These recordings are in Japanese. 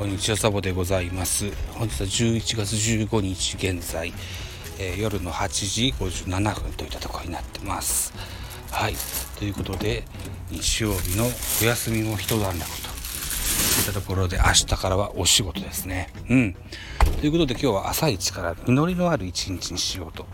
こんにちは、サボでございます。本日は11月15日現在、夜の8時57分といったところになってます。はい、ということで日曜日のお休みも一段落といったところで、明日からはお仕事ですね。ということで今日は朝一から実りのある一日にしようと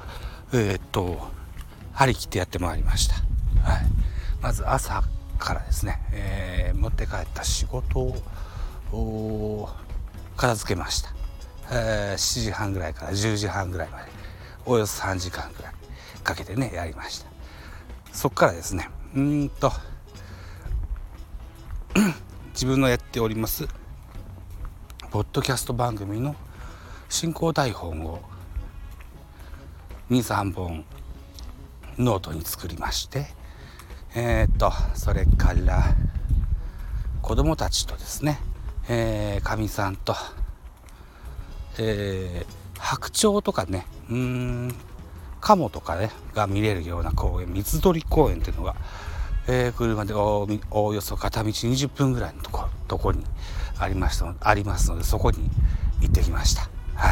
張り切ってやってまいりました。はい、まず朝からですね、持って帰った仕事を片付けました。7時半ぐらいから10時半ぐらいまでおよそ3時間ぐらいかけてねやりました。そこからですね自分のやっておりますポッドキャスト番組の進行台本を 2,3 本ノートに作りまして、それから子供たちとですね、かみさんと、白鳥とかねカモとかねが見れるような公園、水鳥公園っていうのが、車で およそ片道20分ぐらいのとこにありますので、そこに行ってきました。はい、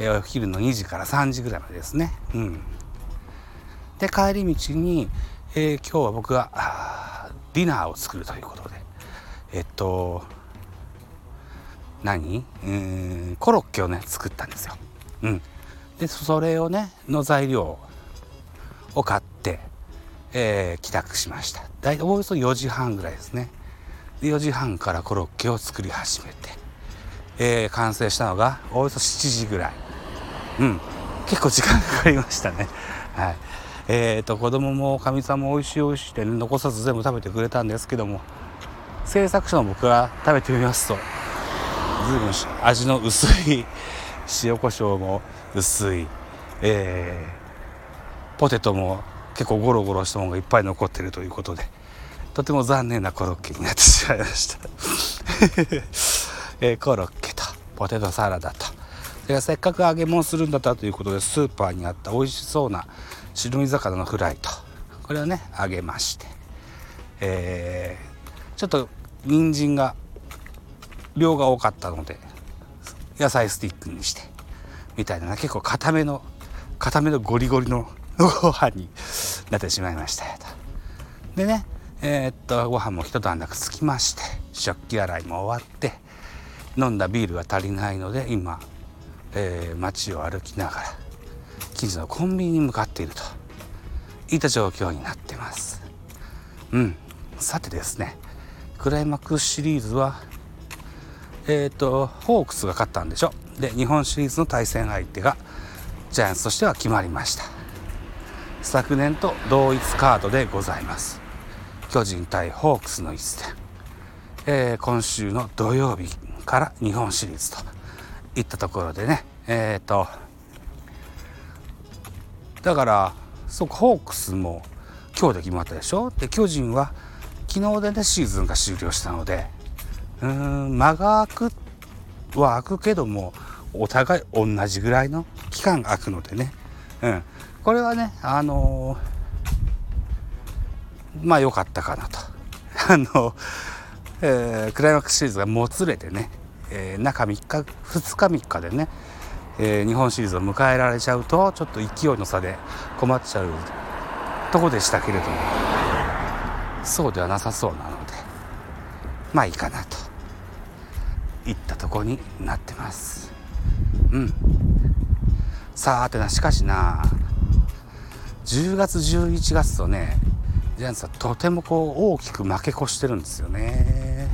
お昼の2時から3時ぐらいまでですね。で帰り道に、今日は僕がディナーを作るということでコロッケをね作ったんですよ。でそれをねの材料を買って、帰宅しました。大体およそ4時半ぐらいですね。で4時半からコロッケを作り始めて、完成したのがおよそ7時ぐらい。結構時間かかりましたね。はい、子供もかみさんも美味しい美味しいって残さず全部食べてくれたんですけども、制作者の僕が食べてみますと随分味の薄い、塩コショウも薄い、ポテトも結構ゴロゴロしたものがいっぱい残っているということで、とても残念なコロッケになってしまいました、コロッケとポテトサラダと、でせっかく揚げ物するんだったということで、スーパーにあった美味しそうな白身魚のフライと、これをね揚げまして、ちょっと人参が量が多かったので野菜スティックにしてみたいな、結構固めのゴリゴリのご飯になってしまいましたよと。でねご飯も一段落つきまして、食器洗いも終わって、飲んだビールが足りないので今、街を歩きながら近所のコンビニに向かっているといった状況になってます。さてですね、クライマックスシリーズはホークスが勝ったんでしょ。で日本シリーズの対戦相手がジャイアンツとしては決まりました。昨年と同一カードでございます。巨人対ホークスの一戦、今週の土曜日から日本シリーズといったところでね、だからホークスも今日で決まったでしょ。で巨人は昨日でねシーズンが終了したので、間が空くけどもお互い同じぐらいの期間が空くのでね、これはね良かったかなとクライマックスシリーズがもつれてね、中2日3日でね、日本シリーズを迎えられちゃうとちょっと勢いの差で困っちゃうとこでしたけれども、そうではなさそうなのでいいかなといったとこになってます。さてな、しかしな10月11月とねジャイアンツはとても大きく負け越してるんですよね。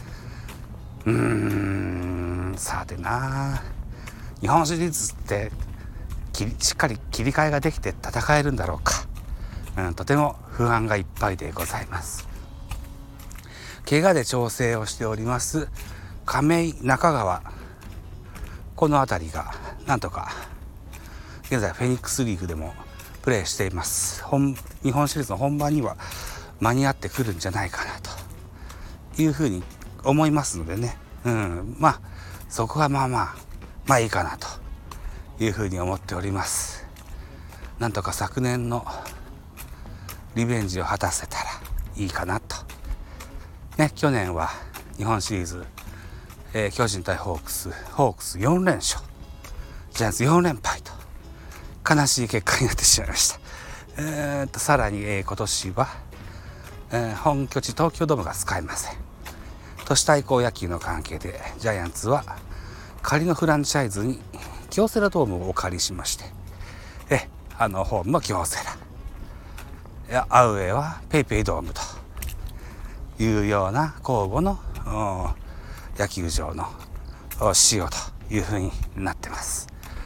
さてな、日本シリーズってしっかり切り替えができて戦えるんだろうか。とても不安がいっぱいでございます。怪我で調整をしております亀井、中川、この辺りがなんとか現在フェニックスリーグでもプレーしています。日本シリーズの本番には間に合ってくるんじゃないかなというふうに思いますのでね、そこはいいかなというふうに思っております。なんとか昨年のリベンジを果たせたらいいかなとね。去年は日本シリーズ、 巨人対ホークス4連勝、ジャイアンツ4連敗と悲しい結果になってしまいました。さらに、今年は、本拠地東京ドームが使えません。都市対抗野球の関係でジャイアンツは仮のフランチャイズに京セラドームをお借りしまして、ホームは京セラ、アウェーはペイペイドームというような公募の野球場の仕様というふうになってます。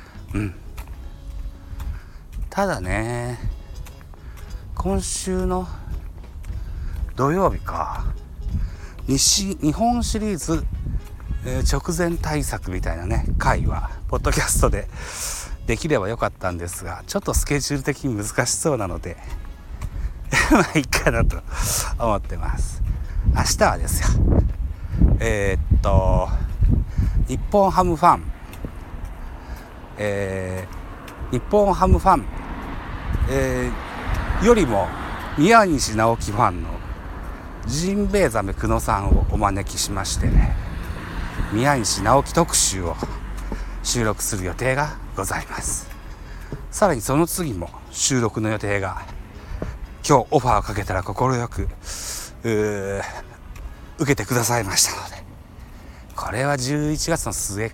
ただね、今週の土曜日か、日本シリーズ、直前対策みたいなね回はポッドキャストでできればよかったんですが、ちょっとスケジュール的に難しそうなのでまあいいかなと思ってます。明日はですよ、日本ハムファン、日本ハムファン、よりも宮西直樹ファンのジンベエザメ久野さんをお招きしましてね、宮西直樹特集を収録する予定がございます。さらにその次も収録の予定が、今日オファーをかけたら快く受けてくださいましたので、これは11月の末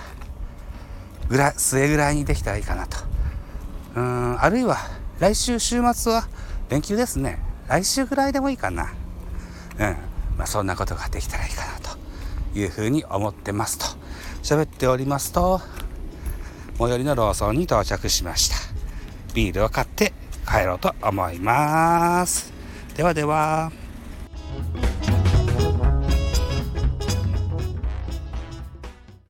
ぐらいにできたらいいかなと。あるいは来週週末は連休ですね、来週ぐらいでもいいかな。そんなことができたらいいかなというふうに思ってますと喋っておりますと、最寄りのローソンに到着しました。ビールを買って帰ろうと思います。ではでは。